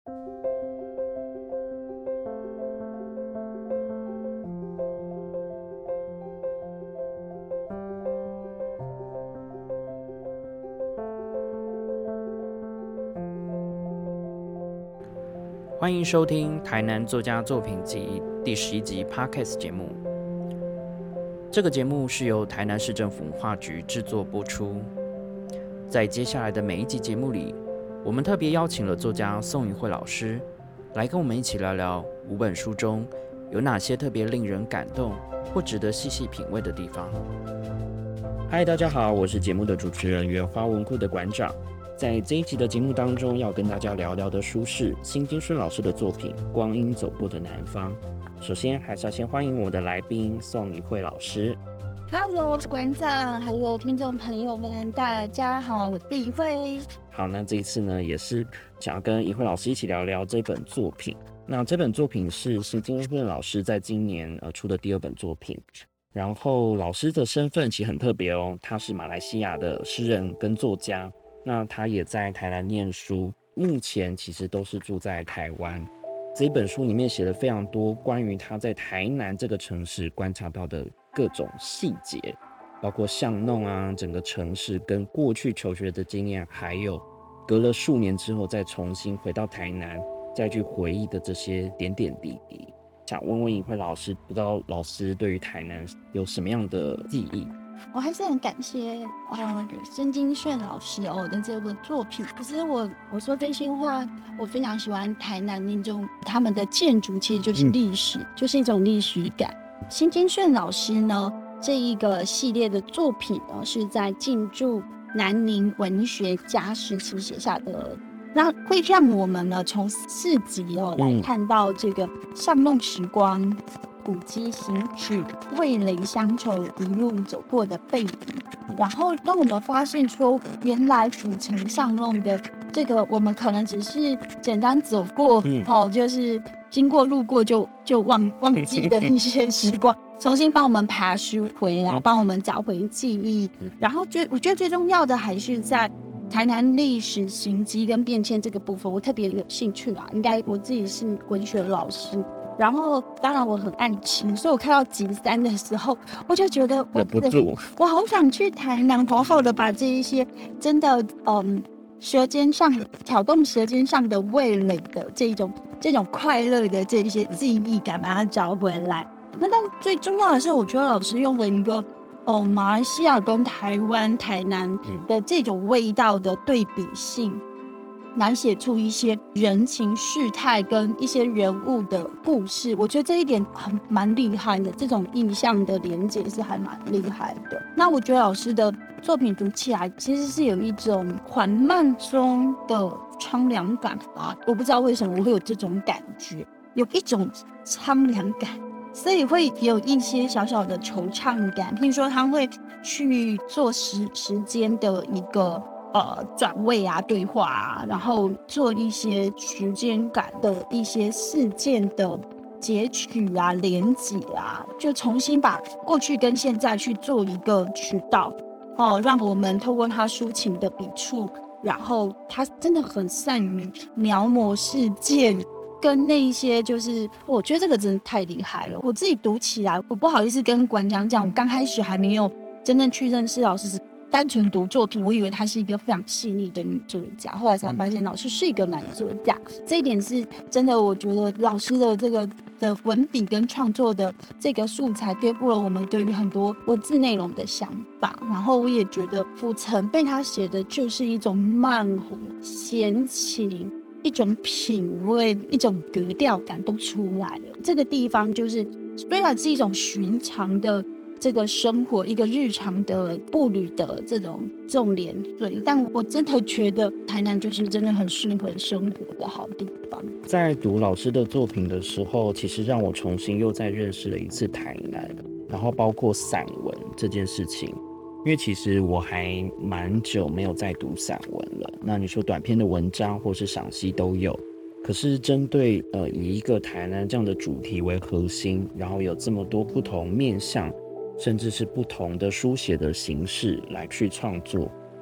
欢迎收听台南作家作品集第11集 Podcast 节目。这个节目是由台南市政府文化局制作播出。在接下来的每一集节目里，我们特别邀请了作家宋怡慧老师来跟我们一起聊聊5本书中有哪些特别令人感动或值得细细品味的地方。嗨，大家好，我是节目的主持人原花文库的馆长。在这一集的节目当中，要跟大家聊聊的书是辛金顺老师的作品《光阴走过的南方》。首先，还是要先欢迎我的来宾宋怡慧老师。 Hello， 我是馆长，还有听众朋友们，大家好，我是怡慧。 好，那这一次呢，也是想要跟怡慧老师一起聊聊这本作品。那这本作品是辛金顺老师在今年出的第2本作品。然后老师的身份其实很特别哦，他是马来西亚的诗人跟作家。那他也在台南念书，目前其实都是住在台湾。这一本书里面写了非常多关于他在台南这个城市观察到的各种细节，包括巷弄啊，整个城市跟过去求学的经验，还有隔了数年之后再重新回到台南再去回忆的这些点点滴滴。想问问怡慧老师，不知道老师对于台南有什么样的记忆？ 我还是很感谢辛金顺老师的这个作品。可是我说真心话，我非常喜欢台南那种他们的建筑，其实就是历史，就是一种历史感。辛金顺老师呢，这一个系列的作品呢，是在进驻南宁文学家时期写下的。那会让我们呢从4集来看到这个巷弄时光、古迹行止、味蕾乡愁一路走过的背影，然后让我们发现说，原来府城巷弄的这个我们可能只是简单走过，就是经过路过就忘记的一些时光，重新帮我们爬梳回来，帮我们找回记忆。然后我觉得最重要的还是在台南历史行迹跟变迁这个部分，我特别有兴趣啦。应该我自己是文学老师，然后当然我很爱吃，所以我看到集3的时候，我就觉得忍不住， 我好想去台南，好好的把这一些真的舌尖上挑动舌尖上的味蕾的这种快乐的这些记忆感，把它找回来。但最重要的是，我觉得老师用了一个马来西亚跟台湾台南的这种味道的对比性，来写出一些人情世态跟一些人物的故事。我觉得这一点蛮厉害的，这种意象的连结是还蛮厉害的。那我觉得老师的作品读起来其实是有一种缓慢中的苍凉感吧，我不知道为什么我会有这种感觉，有一种苍凉感，所以会有一些小小的惆怅感。譬如说他会去做时间的一个转位啊、对话啊，然后做一些时间感的一些事件的截取啊、连结啊，就重新把过去跟现在去做一个渠道让我们透过他抒情的笔触，然后他真的很善于描摹事件。跟那一些就是我觉得这个真的太厉害了，我自己读起来我不好意思跟馆长讲，我刚开始还没有真正去认识老师，单纯读作品，我以为她是一个非常细腻的女作家，后来才发现老师是一个男作家，这一点是真的。我觉得老师的这个的文笔跟创作的这个素材颠覆了我们对于很多文字内容的想法，然后我也觉得府城被他写的就是一种慢活、闲情，一种品味，一种格调感都出来了。这个地方就是虽然是一种寻常的这个生活，一个日常的步履的这种连缀，但我真的觉得台南就是真的很适合生活的好地方。 在读老师的作品的时候，其实让我重新又再认识了一次台南，然后包括散文这件事情。因为其实我还蛮久没有在读散文了，那你说短篇的文章或是赏析都有，可是针对以一个台南这样的主题为核心，然后有这么多不同面向，甚至是不同的书写的形式来去创作，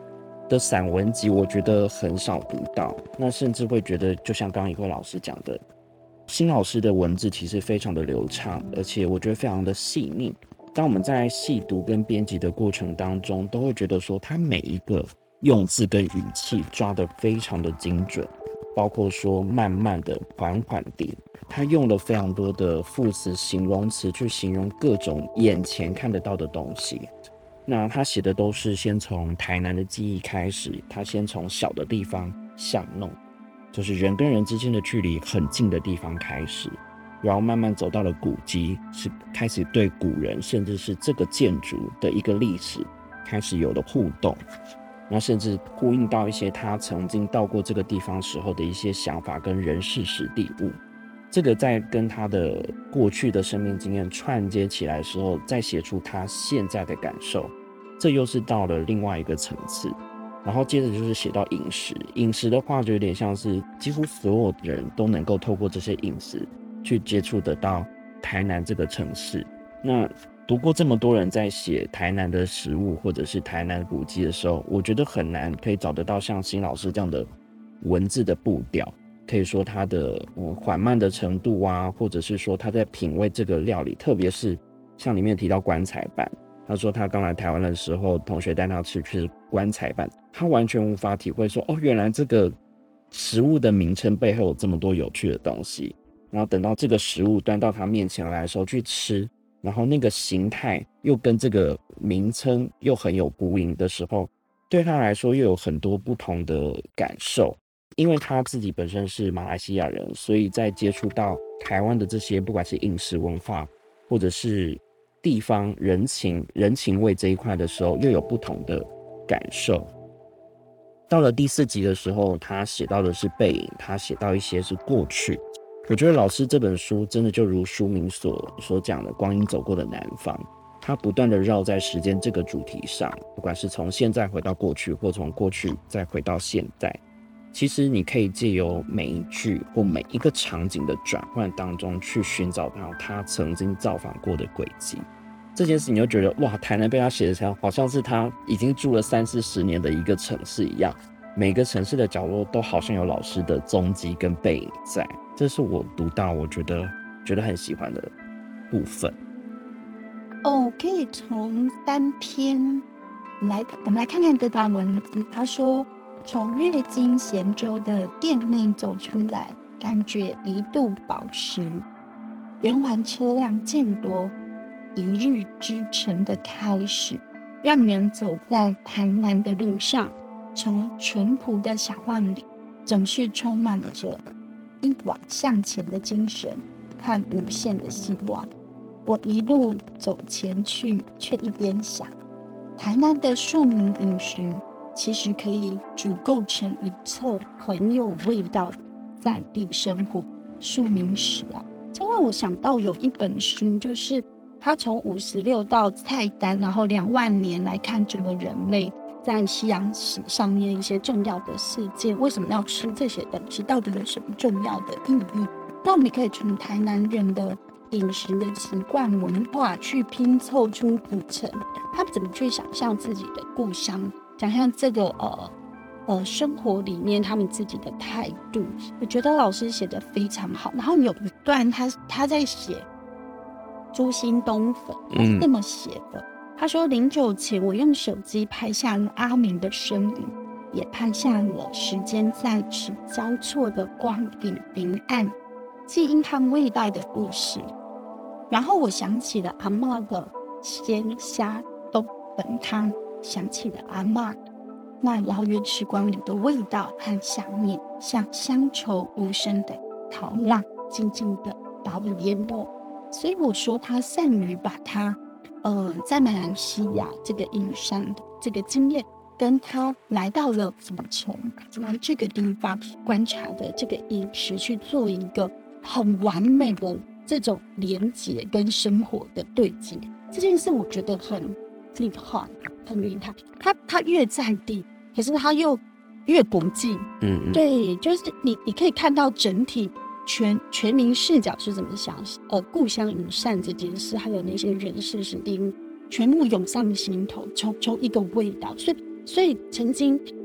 的散文集，我觉得很少读到。那甚至会觉得，就像刚刚一位老师讲的，辛老师的文字其实非常的流畅，而且我觉得非常的细腻。当我们在细读跟编辑的过程当中，都会觉得说，他每一个用字跟语气抓得非常的精准，包括说慢慢的、缓缓地，他用了非常多的副词、形容词去形容各种眼前看得到的东西。那他写的都是先从台南的记忆开始，他先从小的地方巷弄，就是人跟人之间的距离很近的地方开始，然后慢慢走到了古迹，是开始对古人甚至是这个建筑的一个历史开始有了互动，那甚至呼应到一些他曾经到过这个地方时候的一些想法跟人事实地物。这个在跟他的过去的生命经验串接起来的时候，再写出他现在的感受，这又是到了另外一个层次。然后接着就是写到饮食，饮食的话就有点像是几乎所有的人都能够透过这些饮食去接触得到台南这个城市。那读过这么多人在写台南的食物或者是台南古迹的时候，我觉得很难可以找得到像辛老师这样的文字的步调，可以说他的缓慢的程度啊，或者是说他在品味这个料理，特别是像里面提到棺材板，他说他刚来台湾的时候，同学带他吃棺材板，他完全无法体会说，原来这个食物的名称背后有这么多有趣的东西。然后等到这个食物端到他面前来的时候去吃，然后那个形态又跟这个名称又很有呼应的时候，对他来说又有很多不同的感受。因为他自己本身是马来西亚人，所以在接触到台湾的这些不管是饮食文化或者是地方人情味这一块的时候，又有不同的感受。到了第4集的时候，他写到的是背影，他写到一些是过去。我觉得老师这本书真的就如书名所讲的，光阴走过的南方，他不断的绕在时间这个主题上，不管是从现在回到过去，或从过去再回到现在，其实你可以借由每一句或每一个场景的转换当中，去寻找到他曾经造访过的轨迹。这件事你就觉得哇，台南被他写的成好像是他已经住了30-40年的一个城市一样，每个城市的角落都好像有老师的踪迹跟背影在。这是我读到我觉得很喜欢的部分。 可以从3篇我们来看看这段文字。他说，从月经咸州的店内走出来，感觉一度饱食，圆环车辆渐多，一日之程的开始，让人走在台南的路上，从淳朴的小万里，总是充满着一往向前的精神和无限的希望。我一路走前去，却一边想，台南的庶民饮食其实可以组构成一册很有味道的在地生活庶民史啊。这让我想到有一本书，就是他从56道菜单，然后2万年来看整个人类在西洋史上面一些重要的事件，为什么要吃这些东西，到底有什么重要的意义。那我们可以从台南人的饮食的习惯文化去拼凑出古城，他们怎么去想象自己的故乡，想象这个生活里面他们自己的态度。我觉得老师写得非常好。然后有一段他在写朱兴东粉，他是这么写的，他说09前我用手机拍下了阿明的身影，也拍下了时间在此交错的光影明暗，记忆和味道的故事。然后我想起了阿嬷的鲜虾冬粉汤，想起了阿嬷那遥远时光里的味道和想念，像乡愁无声的陶浪，静静的把我淹没。所以我说他善于把他在马来西亚这个饮山的这个经验，跟他来到了府城这个地方观察的这个饮食去做一个很完美的这种连结跟生活的对接。这件事我觉得很厉害，很厉害。他越在地，可是他又越不近。对，就是你可以看到整体全民视角是怎么想，故乡饮膳这件事，还有那些人事实地物，全部涌上心头，从一个味道。所以曾经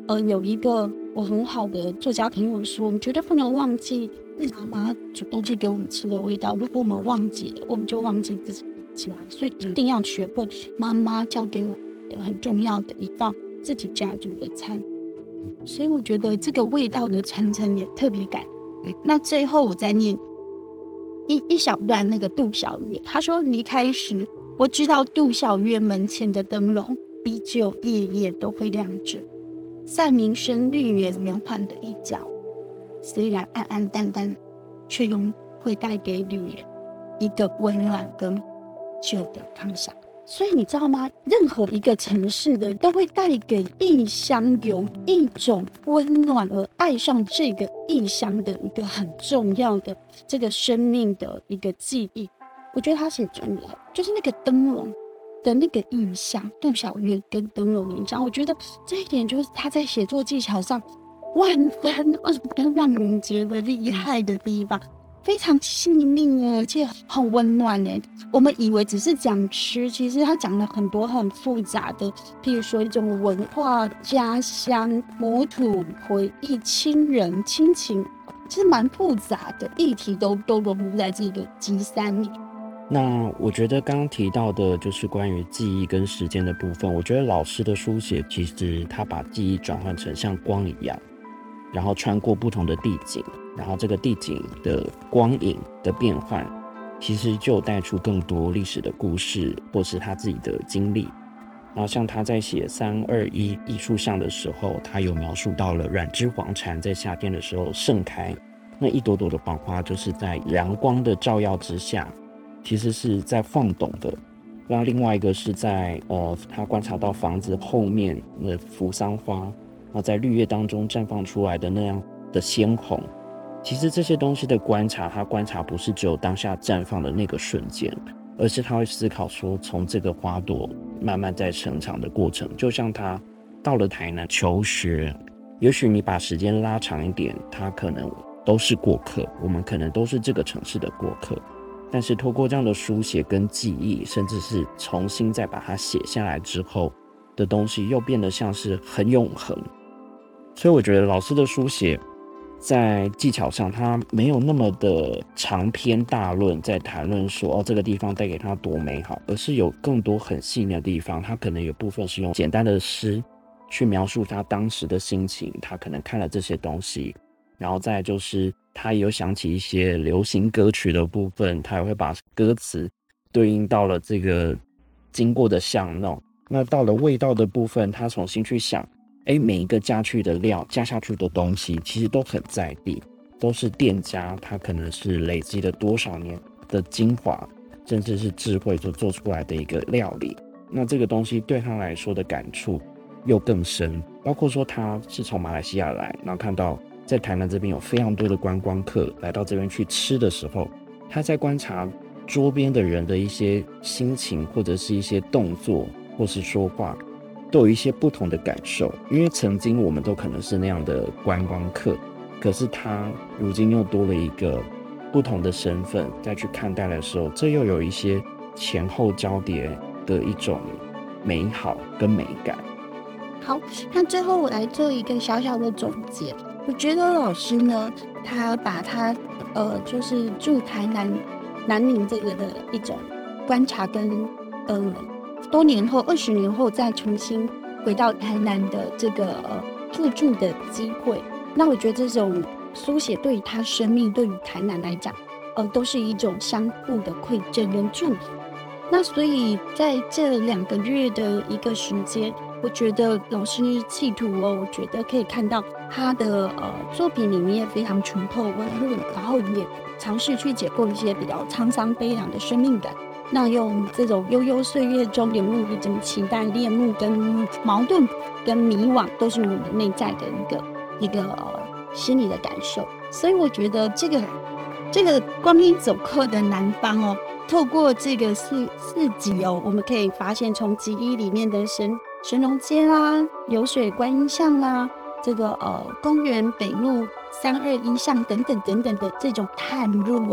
有一个我很好的作家朋友说，我们绝对不能忘记妈妈煮东西给我们吃的味道。如果我们忘记了，我们就忘记自己家，所以一定要学会妈妈教给我很重要的一道自己家族的菜。所以我觉得这个味道的传承也特别感。那最后我再念一小段那个杜小月，他说离开时，我知道杜小月门前的灯笼依旧夜夜都会亮着，散明生绿园圆环的一角，虽然暗暗淡淡，却永会带给旅人一个温暖跟旧的方向。所以你知道吗？任何一个城市的都会带给异乡有一种温暖，而爱上这个异乡的一个很重要的这个生命的一个记忆。我觉得他写真的就是那个灯笼的那个印象，杜小月跟灯笼印象，我觉得这一点就是他在写作技巧上万分让人觉得厉害的地方。非常细腻而且很温暖耶。我们以为只是讲吃，其实他讲了很多很复杂的，譬如说一种文化、家乡、母土、回忆、亲人、亲情，其实蛮复杂的议题都融入在这个集散里。 那我觉得刚刚提到的就是关于记忆跟时间的部分，我觉得老师的书写其实他把记忆转换成像光一样，然后穿过不同的地景，然后这个地景的光影的变换，其实就带出更多历史的故事，或是他自己的经历。然后像他在写321艺术像的时候，他有描述到了软枝黄蝉在夏天的时候盛开，那一朵朵的黄花就是在阳光的照耀之下，其实是在放动的。那另外一个是在他观察到房子后面的扶桑花，然后在绿叶当中绽放出来的那样的鲜红。其实这些东西的观察，他观察不是只有当下绽放的那个瞬间，而是他会思考说，从这个花朵慢慢在成长的过程。就像他到了台南求学，也许你把时间拉长一点，他可能都是过客，我们可能都是这个城市的过客。但是透过这样的书写跟记忆，甚至是重新再把它写下来之后的东西，又变得像是很永恒。所以我觉得老师的书写在技巧上，他没有那么的长篇大论在谈论说这个地方带给他多美好，而是有更多很细腻的地方。他可能有部分是用简单的诗去描述他当时的心情，他可能看了这些东西，然后再就是他也有想起一些流行歌曲的部分，他也会把歌词对应到了这个经过的巷弄。那到了味道的部分，他重新去想每一个加去的料，加下去的东西其实都很在地，都是店家他可能是累积了多少年的精华甚至是智慧所做出来的一个料理。那这个东西对他来说的感触又更深，包括说他是从马来西亚来，然后看到在台南这边有非常多的观光客来到这边去吃的时候，他在观察桌边的人的一些心情，或者是一些动作，或是说话，都有一些不同的感受。因为曾经我们都可能是那样的观光客，可是他如今又多了一个不同的身份再去看待的时候，这又有一些前后交叠的一种美好跟美感。 好，那最后我来做一个小小的总结。我觉得老师呢，他把他就是住台南宁这个的一种观察跟多年后20年后再重新回到台南的这个入住的机会，那我觉得这种书写对于他生命，对于台南来讲都是一种相互的馈赠跟祝福。那所以在这2个月的一个时间，我觉得老师企图我觉得可以看到他的作品里面非常淳厚温润，然后也尝试去解构一些比较沧桑悲凉的生命感。那用这种悠悠岁月中流露一种期待、恋慕跟矛盾跟迷惘，都是我们内在的一个心理的感受。所以我觉得这个光阴走客的南方透过这个四集我们可以发现从集一里面的神农街啦、流水观音巷啦、这个公园北路321巷等等的这种探入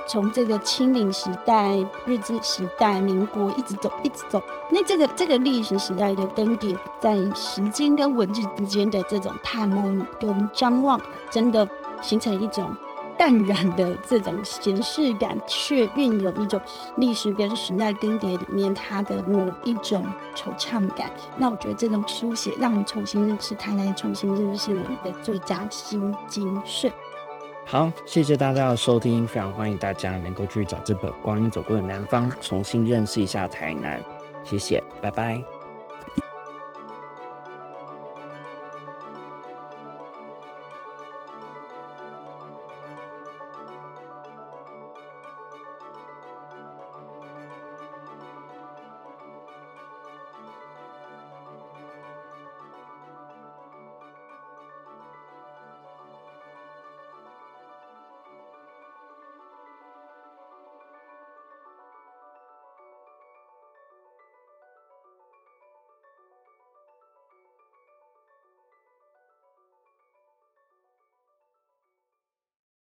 从这个清领时代、日治时代、民国一直走，一直走。那这个历史时代的更迭，在时间跟文字之间的这种探摸跟张望，真的形成一种淡然的这种闲适感，却蕴有一种历史跟时代更迭里面它的某一种惆怅感。那我觉得这种书写让你重新认识台南，重新认识我们的作家辛金顺。 好，谢谢大家的收听，非常欢迎大家能够去找这本《光阴走过的南方》，重新认识一下台南。谢谢，拜拜。